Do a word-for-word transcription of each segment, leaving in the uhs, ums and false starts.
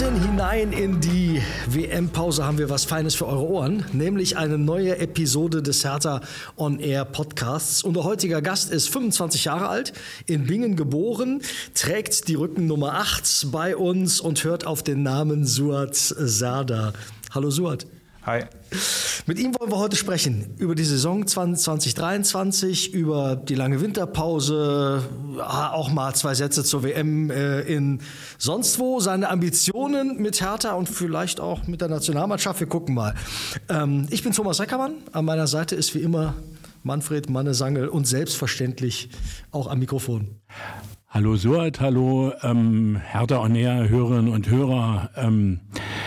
Mitten hinein in die W M-Pause haben wir was Feines für eure Ohren, nämlich eine neue Episode des Hertha On Air Podcasts. Unser heutiger Gast ist fünfundzwanzig Jahre alt, in Bingen geboren, trägt die Rückennummer acht bei uns und hört auf den Namen Suat Serdar. Hallo Suat. Hi. Mit ihm wollen wir heute sprechen über die Saison zwanzig dreiundzwanzig, über die lange Winterpause, auch mal zwei Sätze zur W M äh, in sonst wo, seine Ambitionen mit Hertha und vielleicht auch mit der Nationalmannschaft. Wir gucken mal. Ähm, ich bin Thomas Reckermann, an meiner Seite ist wie immer Manfred Mannesangel und selbstverständlich auch am Mikrofon. Hallo Suat, hallo ähm, Hertha On Air Hörerinnen und Hörer. Ähm,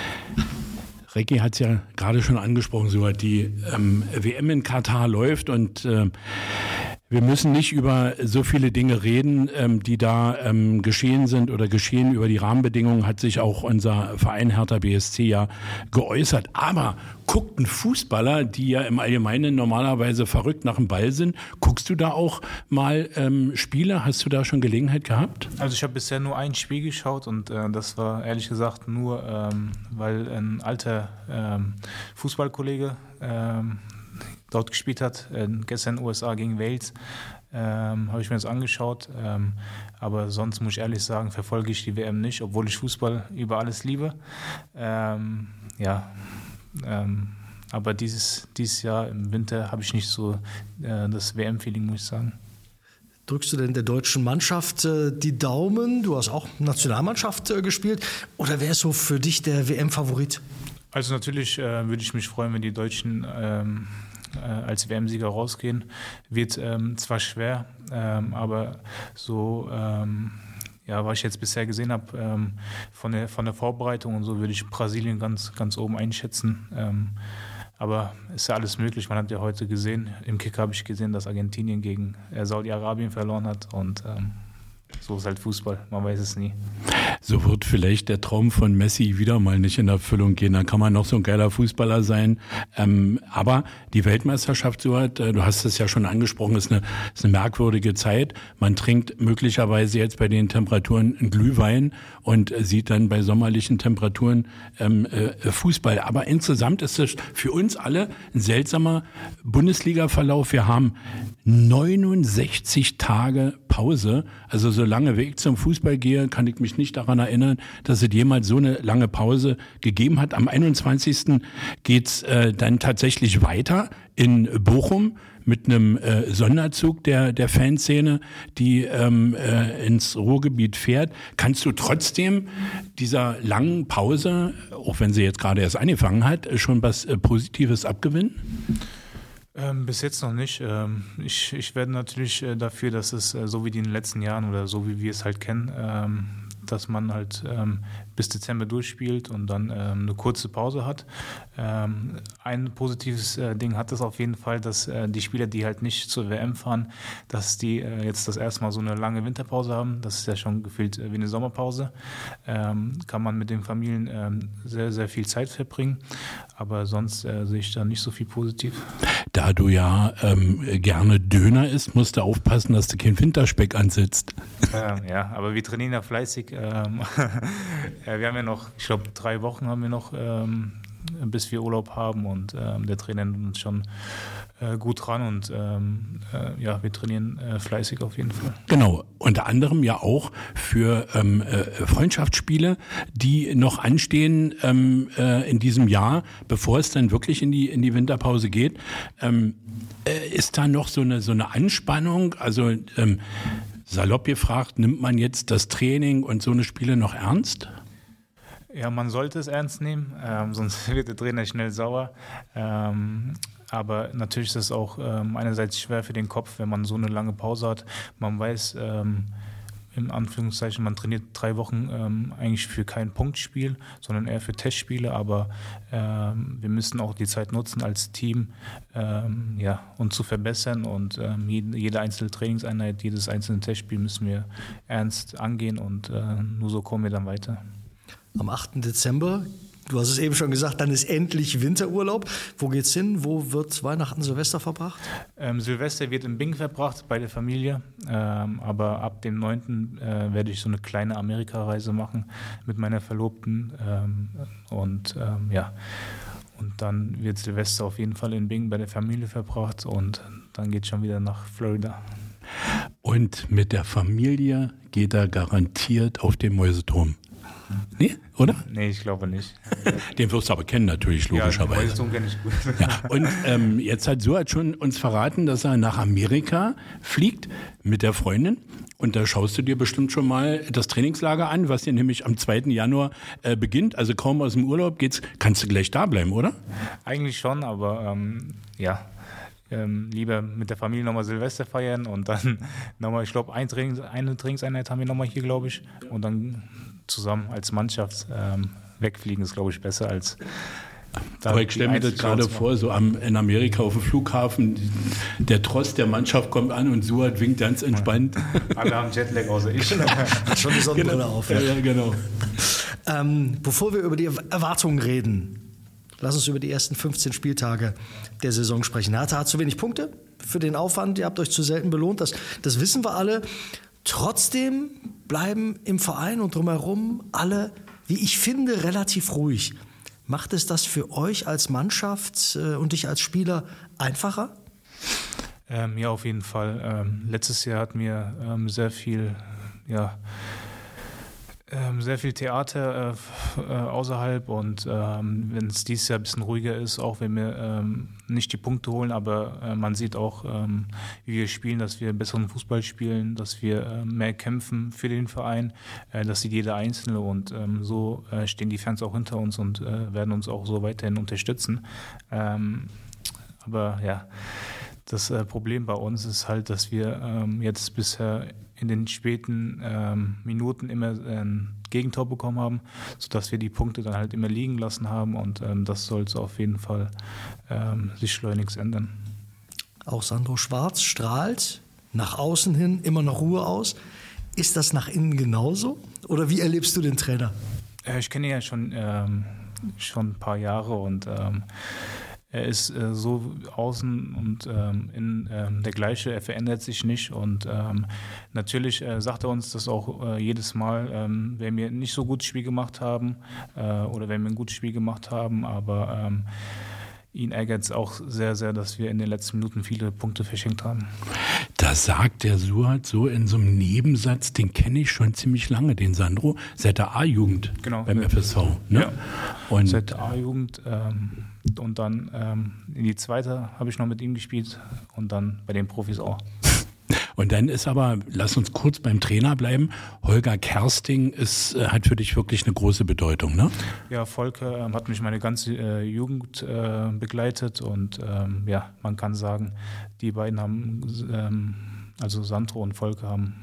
Recki hat es ja gerade schon angesprochen, so die ähm, W M in Katar läuft und äh, wir müssen nicht über so viele Dinge reden, ähm, die da ähm, geschehen sind oder geschehen. Über die Rahmenbedingungen hat sich auch unser Verein Hertha B S C ja geäußert. Aber guckt ein Fußballer, die ja im Allgemeinen normalerweise verrückt nach dem Ball sind, guckst du da auch mal ähm, Spiele? Hast du da schon Gelegenheit gehabt? Also ich habe bisher nur ein Spiel geschaut und äh, das war ehrlich gesagt nur, ähm, weil ein alter ähm, Fußballkollege ähm, dort gespielt hat, äh, gestern U S A gegen Wales, ähm, habe ich mir das angeschaut, ähm, aber sonst muss ich ehrlich sagen, verfolge ich die W M nicht, obwohl ich Fußball über alles liebe. Ähm, ja, ähm, aber dieses, dieses Jahr im Winter habe ich nicht so äh, das W M-Feeling, muss ich sagen. Drückst du denn der deutschen Mannschaft äh, die Daumen? Du hast auch Nationalmannschaft äh, gespielt. Oder wer ist so für dich der W M-Favorit? Also natürlich äh, würde ich mich freuen, wenn die Deutschen ähm, äh, als W M-Sieger rausgehen. Wird ähm, zwar schwer, ähm, aber so, ähm, ja, was ich jetzt bisher gesehen habe, ähm, von der, von der Vorbereitung und so, würde ich Brasilien ganz, ganz oben einschätzen. Ähm, aber ist ja alles möglich. Man hat ja heute gesehen, im Kicker habe ich gesehen, dass Argentinien gegen äh, Saudi-Arabien verloren hat und ähm, so ist halt Fußball, man weiß es nie. So wird vielleicht der Traum von Messi wieder mal nicht in Erfüllung gehen. Dann kann man noch so ein geiler Fußballer sein. Ähm, aber die Weltmeisterschaft, so hat, äh, du hast es ja schon angesprochen, ist eine, ist eine merkwürdige Zeit. Man trinkt möglicherweise jetzt bei den Temperaturen einen Glühwein und äh, sieht dann bei sommerlichen Temperaturen ähm, äh, Fußball. Aber insgesamt ist es für uns alle ein seltsamer Bundesliga-Verlauf. Wir haben neunundsechzig Tage Pause. Also solange ich zum Fußball gehe, kann ich mich nicht daran erinnern, dass es jemals so eine lange Pause gegeben hat. Am einundzwanzigsten geht's äh, dann tatsächlich weiter in Bochum mit einem äh, Sonderzug der der Fanszene, die ähm, äh, ins Ruhrgebiet fährt. Kannst du trotzdem dieser langen Pause, auch wenn sie jetzt gerade erst angefangen hat, schon was äh, Positives abgewinnen? Ähm, bis jetzt noch nicht. Ähm, ich, ich werde natürlich äh, dafür, dass es äh, so wie die in den letzten Jahren oder so wie wir es halt kennen, ähm, dass man halt ähm, bis Dezember durchspielt und dann ähm, eine kurze Pause hat. Ähm, ein positives äh, Ding hat es auf jeden Fall, dass äh, die Spieler, die halt nicht zur W M fahren, dass die äh, jetzt das erste Mal so eine lange Winterpause haben. Das ist ja schon gefühlt äh, wie eine Sommerpause. Ähm, kann man mit den Familien ähm, sehr, sehr viel Zeit verbringen. Aber sonst äh, sehe ich da nicht so viel positiv. Da du ja ähm, gerne Döner isst, musst du aufpassen, dass du kein Winterspeck ansitzt. Ähm, ja, aber wir trainieren ja fleißig. Ähm, ja, wir haben ja noch, ich glaube, drei Wochen haben wir noch, ähm, bis wir Urlaub haben und ähm, der Trainer nimmt uns schon äh, gut ran und ähm, äh, ja, wir trainieren äh, fleißig auf jeden Fall. Genau, unter anderem ja auch für ähm, äh, Freundschaftsspiele, die noch anstehen ähm, äh, in diesem Jahr, bevor es dann wirklich in die in die Winterpause geht. Ähm, äh, ist da noch so eine so eine Anspannung? Also ähm, salopp gefragt, nimmt man jetzt das Training und so eine Spiele noch ernst? Ja, man sollte es ernst nehmen, ähm, sonst wird der Trainer schnell sauer. Ähm, aber natürlich ist es auch ähm, einerseits schwer für den Kopf, wenn man so eine lange Pause hat. Man weiß, ähm, in Anführungszeichen, man trainiert drei Wochen ähm, eigentlich für kein Punktspiel, sondern eher für Testspiele. Aber ähm, wir müssen auch die Zeit nutzen als Team, ähm, ja, uns zu verbessern. Und ähm, jede, jede einzelne Trainingseinheit, jedes einzelne Testspiel müssen wir ernst angehen und äh, nur so kommen wir dann weiter. Am achten Dezember Du hast es eben schon gesagt, dann ist endlich Winterurlaub. Wo geht's hin? Wo wird Weihnachten, Silvester verbracht? Ähm, Silvester wird in Bing verbracht bei der Familie, ähm, aber ab dem neunten Äh, werde ich so eine kleine Amerikareise machen mit meiner Verlobten ähm, und ähm, ja, und dann wird Silvester auf jeden Fall in Bing bei der Familie verbracht und dann geht es schon wieder nach Florida. Und mit der Familie geht er garantiert auf den Mäuseturm. Nee, oder? Nee, ich glaube nicht. Den wirst du aber kennen natürlich, logischerweise. Ja, den kenne ich gut. Ja, und ähm, jetzt hat Suat schon uns verraten, dass er nach Amerika fliegt mit der Freundin. Und da schaust du dir bestimmt schon mal das Trainingslager an, was ja nämlich am zweiten Januar äh, beginnt. Also kaum aus dem Urlaub geht's. Kannst du gleich da bleiben, oder? Eigentlich schon, aber ähm, ja. Ähm, lieber mit der Familie nochmal Silvester feiern und dann nochmal, ich glaube, ein Trainings, eine Trainingseinheit haben wir nochmal hier, glaube ich. Und dann zusammen als Mannschaft ähm, wegfliegen ist, glaube ich, besser als. Aber ich stelle mir das gerade vor, so am, in Amerika auf dem Flughafen, der Tross der Mannschaft kommt an und Suat winkt ganz entspannt. Alle haben Jetlag außer ich. Hat schon die Sonnenbrille Genau. auf. Ja, ja, genau. Ähm, bevor wir über die Erwartungen reden, lass uns über die ersten fünfzehn Spieltage der Saison sprechen. Hertha hat zu wenig Punkte für den Aufwand. Ihr habt euch zu selten belohnt. Das, das wissen wir alle. Trotzdem bleiben im Verein und drumherum alle, wie ich finde, relativ ruhig. Macht es das für euch als Mannschaft äh, und dich als Spieler einfacher? Ähm, ja, auf jeden Fall. Ähm, letztes Jahr hatten wir ähm, sehr viel, ja, ähm, sehr viel Theater äh, äh, außerhalb und ähm, wenn es dieses Jahr ein bisschen ruhiger ist, auch wenn wir ähm, nicht die Punkte holen, aber äh, man sieht auch, ähm, wie wir spielen, dass wir besseren Fußball spielen, dass wir äh, mehr kämpfen für den Verein, äh, das sieht jeder Einzelne und ähm, so äh, stehen die Fans auch hinter uns und äh, werden uns auch so weiterhin unterstützen. Ähm, aber ja, das äh, Problem bei uns ist halt, dass wir ähm, jetzt bisher in den späten ähm, Minuten immer ein Gegentor bekommen haben, sodass wir die Punkte dann halt immer liegen lassen haben und ähm, das soll es auf jeden Fall ähm, sich schleunigst ändern. Auch Sandro Schwarz strahlt nach außen hin immer noch Ruhe aus. Ist das nach innen genauso? Oder wie erlebst du den Trainer? Äh, ich kenne ihn ja schon, ähm, schon ein paar Jahre und ähm, er ist äh, so außen und ähm, in ähm, der gleiche, er verändert sich nicht und ähm, natürlich äh, sagt er uns das auch äh, jedes Mal, ähm, wenn wir nicht so gutes Spiel gemacht haben äh, oder wenn wir ein gutes Spiel gemacht haben, aber ähm, ihn ärgert es auch sehr, sehr, dass wir in den letzten Minuten viele Punkte verschenkt haben. Das sagt der Suat so in so einem Nebensatz, den kenne ich schon ziemlich lange, den Sandro, seit der A-Jugend genau. beim F S V. Ne? Ja, und seit der A-Jugend ähm, und dann ähm, in die zweite habe ich noch mit ihm gespielt und dann bei den Profis auch. Und dann ist aber, lass uns kurz beim Trainer bleiben, Holger Kersting ist, hat für dich wirklich eine große Bedeutung, ne? Ja, Volker ähm, hat mich meine ganze äh, Jugend äh, begleitet und ähm, ja, man kann sagen, die beiden haben, ähm, also Sandro und Volker haben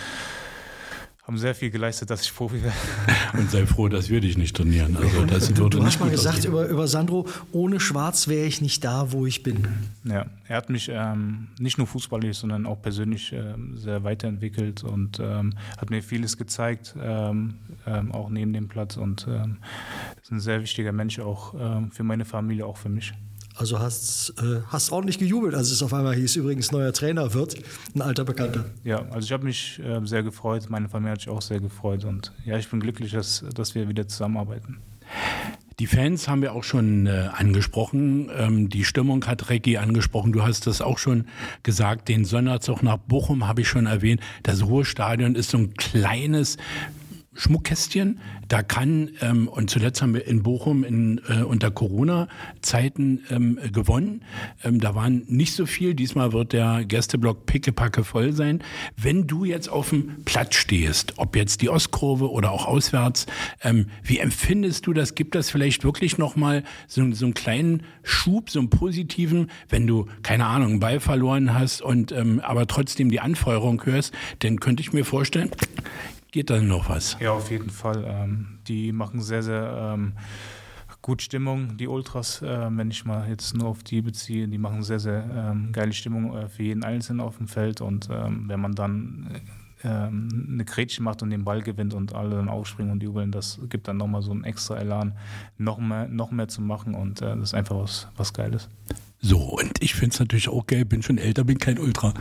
haben sehr viel geleistet, dass ich Profi werde. Und sei froh, dass wir dich nicht trainieren. Also das du würde du nicht hast mal gut gesagt aussehen. über, über Sandro, ohne Schwarz wäre ich nicht da, wo ich bin. Ja, er hat mich ähm, nicht nur fußballisch, sondern auch persönlich ähm, sehr weiterentwickelt und ähm, hat mir vieles gezeigt, ähm, ähm, auch neben dem Platz und ähm, ist ein sehr wichtiger Mensch auch ähm, für meine Familie, auch für mich. Also hast äh, hast ordentlich gejubelt, als es auf einmal hieß, übrigens neuer Trainer wird, ein alter Bekannter. Ja, also ich habe mich äh, sehr gefreut, meine Familie hat sich auch sehr gefreut und ja, ich bin glücklich, dass, dass wir wieder zusammenarbeiten. Die Fans haben wir auch schon äh, angesprochen. Ähm, die Stimmung hat Recki angesprochen. Du hast das auch schon gesagt. Den Sonderzug nach Bochum habe ich schon erwähnt. Das Ruhrstadion ist so ein kleines Schmuckkästchen. Da kann, ähm, und zuletzt haben wir in Bochum in, äh, unter Corona-Zeiten ähm, gewonnen. Ähm, da waren nicht so viel. Diesmal wird der Gästeblock pickepacke voll sein. Wenn du jetzt auf dem Platz stehst, ob jetzt die Ostkurve oder auch auswärts, ähm, wie empfindest du das? Gibt das vielleicht wirklich nochmal so, so einen kleinen Schub, so einen positiven, wenn du, keine Ahnung, einen Ball verloren hast und ähm, aber trotzdem die Anfeuerung hörst, dann könnte ich mir vorstellen, geht da noch was? Ja, auf jeden Fall. Ähm, die machen sehr, sehr ähm, gut Stimmung, die Ultras, äh, wenn ich mal jetzt nur auf die beziehe. Die machen sehr, sehr ähm, geile Stimmung äh, für jeden Einzelnen auf dem Feld. Und ähm, wenn man dann ähm, eine Grätsche macht und den Ball gewinnt und alle dann aufspringen und jubeln, das gibt dann nochmal so einen extra Elan, noch mehr, noch mehr zu machen und äh, das ist einfach was, was Geiles. So, und ich finde es natürlich auch geil, bin schon älter, bin kein Ultra.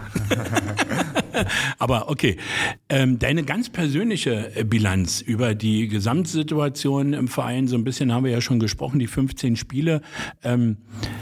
Aber okay, ähm, deine ganz persönliche Bilanz über die Gesamtsituation im Verein, so ein bisschen haben wir ja schon gesprochen, die fünfzehn Spiele. Ähm,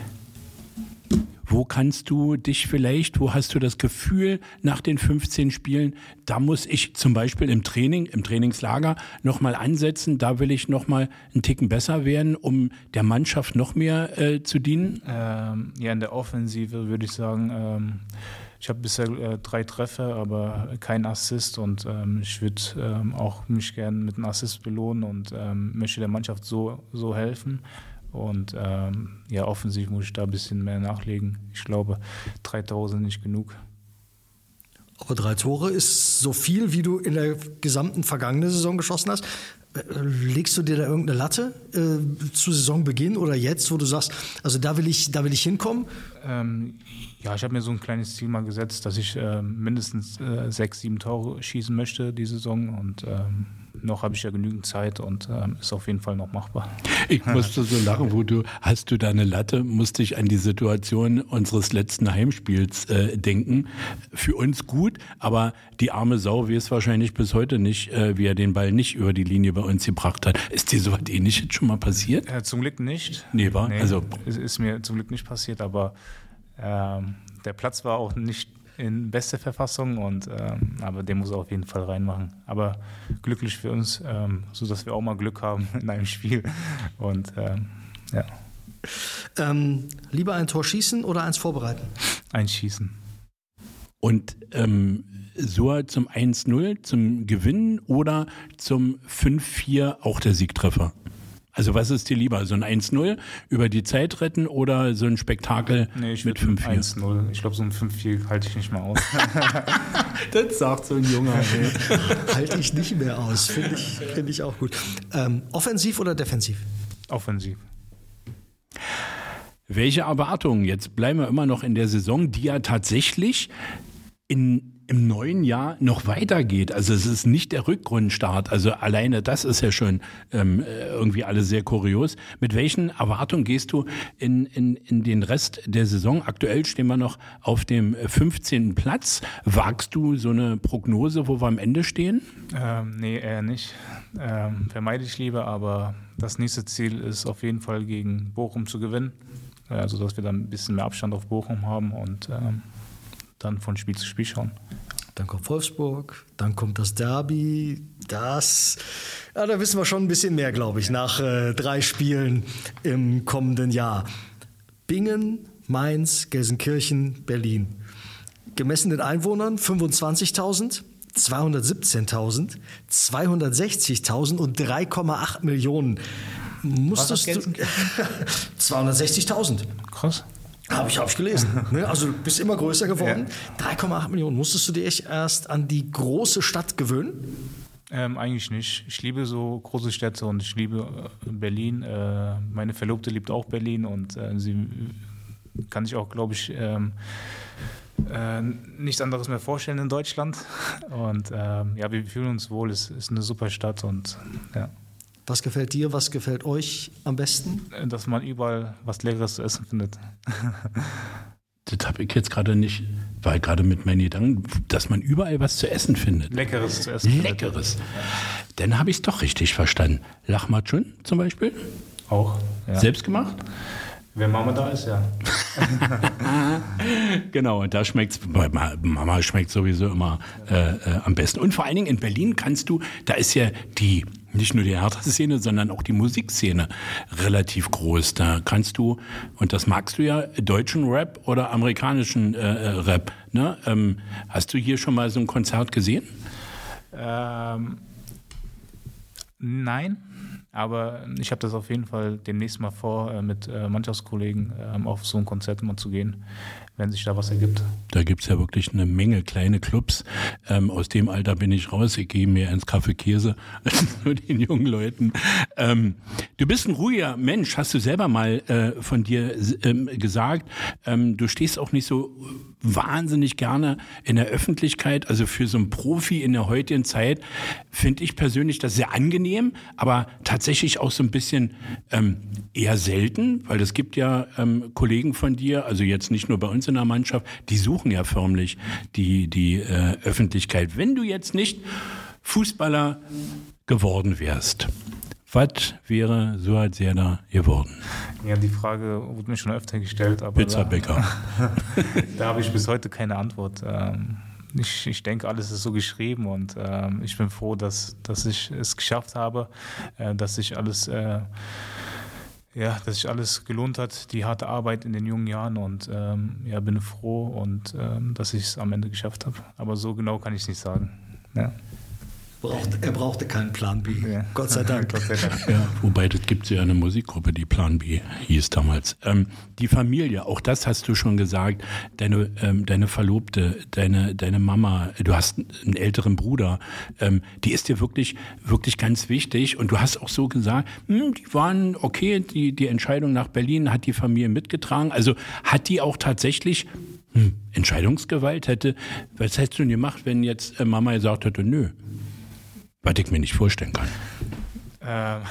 wo kannst du dich vielleicht, wo hast du das Gefühl nach den fünfzehn Spielen, da muss ich zum Beispiel im Training, im Trainingslager nochmal ansetzen, da will ich nochmal einen Ticken besser werden, um der Mannschaft noch mehr äh, zu dienen? Ähm, ja, in der Offensive würde ich sagen, ähm, ich habe bisher äh, drei Treffer, aber kein Assist und ähm, ich würde ähm, auch mich gerne mit einem Assist belohnen und ähm, möchte der Mannschaft so, so helfen. Und ähm, ja, offensiv muss ich da ein bisschen mehr nachlegen. Ich glaube, drei Tore sind nicht genug. Aber drei Tore ist so viel, wie du in der gesamten vergangenen Saison geschossen hast. Legst du dir da irgendeine Latte äh, zu Saisonbeginn oder jetzt, wo du sagst, also da will ich, da will ich hinkommen? Ähm, ja, ich habe mir so ein kleines Ziel mal gesetzt, dass ich äh, mindestens äh, sechs, sieben Tore schießen möchte die Saison und ähm, noch habe ich ja genügend Zeit und ähm, ist auf jeden Fall noch machbar. Ich musste so lachen, wo du, hast du da eine Latte, musste ich an die Situation unseres letzten Heimspiels äh, denken. Für uns gut, aber die arme Sau weiß wahrscheinlich bis heute nicht, äh, wie er den Ball nicht über die Linie bei uns gebracht hat. Ist dir so was Ähnliches schon mal passiert? Äh, zum Glück nicht. Nee, war? Nee, also ist, ist mir zum Glück nicht passiert, aber ähm, der Platz war auch nicht in bester Verfassung, und, ähm, aber den muss er auf jeden Fall reinmachen. Aber glücklich für uns, ähm, sodass wir auch mal Glück haben in einem Spiel. Und ähm, ja. Ähm, lieber ein Tor schießen oder eins vorbereiten? Einschießen. Und ähm, so zum eins null, zum Gewinnen oder zum fünf vier auch der Siegtreffer? Also was ist dir lieber, so ein eins null über die Zeit retten oder so ein Spektakel nee, ich mit fünf vier? eins null. Ich glaube, so ein fünf vier halte ich nicht mehr aus. Das sagt so ein Junger. Halte ich nicht mehr aus, finde ich, find ich auch gut. Ähm, offensiv oder defensiv? Offensiv. Welche Erwartungen? Jetzt bleiben wir immer noch in der Saison, die ja tatsächlich in im neuen Jahr noch weitergeht. Also es ist nicht der Rückrundenstart. Also alleine das ist ja schon ähm, irgendwie alles sehr kurios. Mit welchen Erwartungen gehst du in, in, in den Rest der Saison? Aktuell stehen wir noch auf dem fünfzehnten Platz. Wagst du so eine Prognose, wo wir am Ende stehen? Ähm, nee, eher nicht. Ähm, vermeide ich lieber, aber das nächste Ziel ist auf jeden Fall gegen Bochum zu gewinnen. Also dass wir dann ein bisschen mehr Abstand auf Bochum haben und ähm, dann von Spiel zu Spiel schauen. Dann kommt Wolfsburg, dann kommt das Derby, das, ja, da wissen wir schon ein bisschen mehr, glaube ich, nach äh, drei Spielen im kommenden Jahr. Bingen, Mainz, Gelsenkirchen, Berlin. Gemessen in Einwohnern fünfundzwanzigtausend, zweihundertsiebzehntausend, zweihundertsechzigtausend und drei Komma acht Millionen. Musstest du zweihundertsechzigtausend. Krass. Habe ich, hab ich gelesen. Also du bist immer größer geworden. Ja. drei Komma acht Millionen. Musstest du dich erst an die große Stadt gewöhnen? Ähm, eigentlich nicht. Ich liebe so große Städte und ich liebe äh, Berlin. Äh, meine Verlobte liebt auch Berlin und äh, sie kann sich auch, glaube ich, ähm, äh, nichts anderes mehr vorstellen in Deutschland. Und ähm, ja, wir fühlen uns wohl. Es ist eine super Stadt und ja. Was gefällt dir, was gefällt euch am besten? Dass man überall was Leckeres zu essen findet. Das habe ich jetzt gerade nicht, weil gerade mit meinen Gedanken, dass man überall was zu essen findet. Leckeres zu essen. Leckeres. Findet. Dann habe ich es doch richtig verstanden. Lahmacun zum Beispiel? Auch. Ja. Selbst gemacht? Wenn Mama da ist, ja. Genau, und da schmeckt es, Mama schmeckt sowieso immer äh, äh, am besten. Und vor allen Dingen in Berlin kannst du, da ist ja die, nicht nur die Hertha-Szene, sondern auch die Musikszene relativ groß. Da kannst du, und das magst du ja, deutschen Rap oder amerikanischen äh, Rap. Ne? Ähm, hast du hier schon mal so ein Konzert gesehen? Ähm, nein. Aber ich habe das auf jeden Fall demnächst mal vor, äh, mit äh, Mannschaftskollegen äh, auf so ein Konzert mal zu gehen, wenn sich da was ergibt. Da gibt es ja wirklich eine Menge kleine Clubs. Ähm, aus dem Alter bin ich raus. Ich gehe mehr ins Kaffee Käse als nur den jungen Leuten. Ähm, du bist ein ruhiger Mensch, hast du selber mal äh, von dir ähm, gesagt. Ähm, du stehst auch nicht so wahnsinnig gerne in der Öffentlichkeit. Also für so einen Profi in der heutigen Zeit finde ich persönlich das sehr angenehm, aber tatsächlich auch so ein bisschen ähm, eher selten, weil es gibt ja ähm, Kollegen von dir, also jetzt nicht nur bei uns in der Mannschaft, die suchen ja förmlich die, die äh, Öffentlichkeit. Wenn du jetzt nicht Fußballer geworden wärst, was wäre Suat Serdar geworden? Ja, die Frage wurde mir schon öfter gestellt, aber Pizzabäcker. Da, da habe ich bis heute keine Antwort. Ähm, ich, ich denke, alles ist so geschrieben und ähm, ich bin froh, dass, dass ich es geschafft habe, äh, dass sich alles, äh, ja, dass sich alles gelohnt hat, die harte Arbeit in den jungen Jahren und ähm, ja, bin froh und ähm, dass ich es am Ende geschafft habe. Aber so genau kann ich es nicht sagen. Ja. Braucht, er brauchte keinen Plan B. Ja. Gott sei Dank. Gott sei Dank. Ja, wobei, das gibt es ja eine Musikgruppe, die Plan B hieß damals. Ähm, die Familie, auch das hast du schon gesagt, deine, ähm, deine Verlobte, deine, deine Mama, du hast einen älteren Bruder, ähm, die ist dir wirklich, wirklich ganz wichtig. Und du hast auch so gesagt, hm, die waren okay, die, die Entscheidung nach Berlin hat die Familie mitgetragen. Also hat die auch tatsächlich hm, Entscheidungsgewalt hätte. Was hättest du denn gemacht, wenn jetzt äh, Mama gesagt hätte, nö? Was ich mir nicht vorstellen kann. Ähm,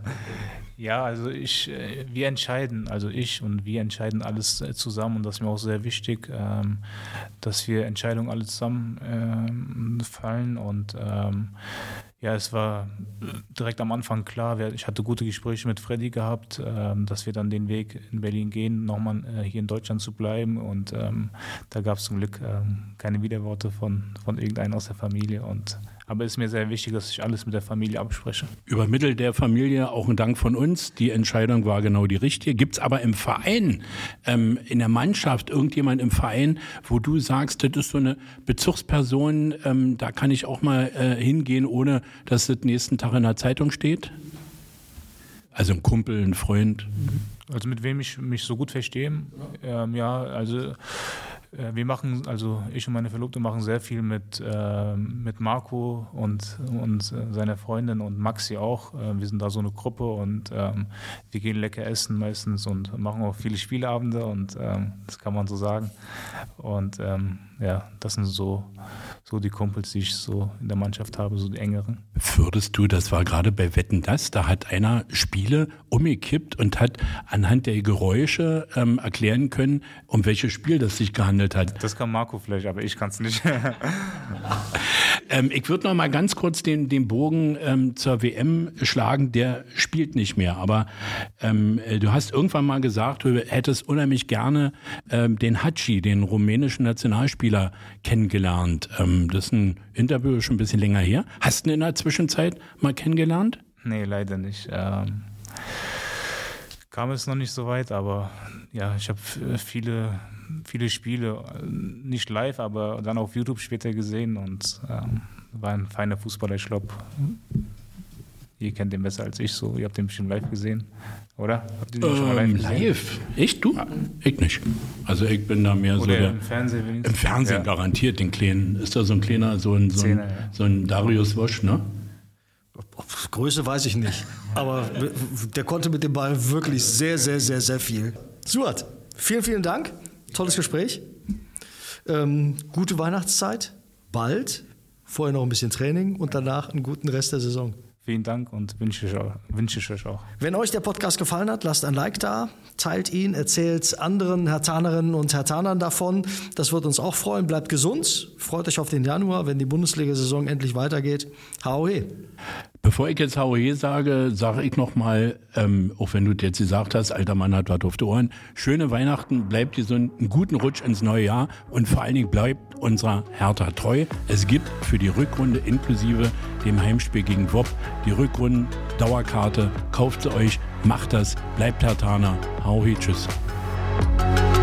ja, also ich, wir entscheiden, also ich und wir entscheiden alles zusammen und das ist mir auch sehr wichtig, ähm, dass wir Entscheidungen alle zusammen ähm, fallen und ähm, ja, es war direkt am Anfang klar, ich hatte gute Gespräche mit Freddy gehabt, ähm, dass wir dann den Weg in Berlin gehen, nochmal äh, hier in Deutschland zu bleiben und ähm, da gab es zum Glück ähm, keine Widerworte von, von irgendeinem aus der Familie und aber es ist mir sehr wichtig, dass ich alles mit der Familie abspreche. Übermittelt der Familie auch ein Dank von uns. Die Entscheidung war genau die richtige. Gibt es aber im Verein, ähm, in der Mannschaft, irgendjemand im Verein, wo du sagst, das ist so eine Bezugsperson, ähm, da kann ich auch mal äh, hingehen, ohne dass das nächsten Tag in der Zeitung steht? Also ein Kumpel, ein Freund? Also mit wem ich mich so gut verstehe? Ähm, ja, also wir machen, also ich und meine Verlobte machen sehr viel mit, äh, mit Marco und, und seiner Freundin und Maxi auch. Äh, wir sind da so eine Gruppe und ähm, wir gehen lecker essen meistens und machen auch viele Spieleabende und ähm, das kann man so sagen. Und ähm, ja, das sind so, so die Kumpels, die ich so in der Mannschaft habe, so die engeren. Würdest du, das war gerade bei Wetten, das, da hat einer Spiele umgekippt und hat anhand der Geräusche ähm, erklären können, um welches Spiel das sich gehandelt hat. Das kann Marco vielleicht, aber ich kann es nicht. ähm, ich würde noch mal ganz kurz den, den Bogen ähm, zur W M schlagen. Der spielt nicht mehr, aber ähm, du hast irgendwann mal gesagt, du hättest unheimlich gerne ähm, den Hatschi, den rumänischen Nationalspieler, kennengelernt. Ähm, das ist ein Interview, schon ein bisschen länger her. Hast du ihn in der Zwischenzeit mal kennengelernt? Nee, leider nicht. Ähm kam es noch nicht so weit, aber ja, ich habe viele, viele Spiele, nicht live, aber dann auf YouTube später gesehen und ähm, war ein feiner Fußballer, ich glaube, ihr kennt den besser als ich so, ihr habt den bestimmt live gesehen, oder? Habt ihr den ähm, schon mal live gesehen? Live? Ich? Du? Ja. Ich nicht. Also ich bin da mehr oder so der... im Fernsehen wenigstens? Im Fernsehen ja. Garantiert, den kleinen, ist da so ein kleiner, so ein, so ein, Zähne, ja. so ein Darius Wosch, ne? Größe weiß ich nicht, aber der konnte mit dem Ball wirklich sehr, sehr, sehr, sehr viel. Suat, vielen, vielen Dank. Tolles Gespräch. Ähm, gute Weihnachtszeit. Bald. Vorher noch ein bisschen Training und danach einen guten Rest der Saison. Vielen Dank und wünsche ich, auch, wünsche ich euch auch. Wenn euch der Podcast gefallen hat, lasst ein Like da, teilt ihn, erzählt anderen Herthanerinnen und Herthanern davon. Das wird uns auch freuen. Bleibt gesund, freut euch auf den Januar, wenn die Bundesliga-Saison endlich weitergeht. Hauhe! Bevor ich jetzt Hauhe sage, sage ich nochmal, ähm, auch wenn du jetzt gesagt hast, alter Mann hat was auf die Ohren, schöne Weihnachten, bleibt gesund, einen guten Rutsch ins neue Jahr und vor allen Dingen bleibt unserer Hertha treu. Es gibt für die Rückrunde inklusive dem Heimspiel gegen W O P die Rückrunden-Dauerkarte. Kauft sie euch, macht das, bleibt Herthaner. Hauhe, tschüss.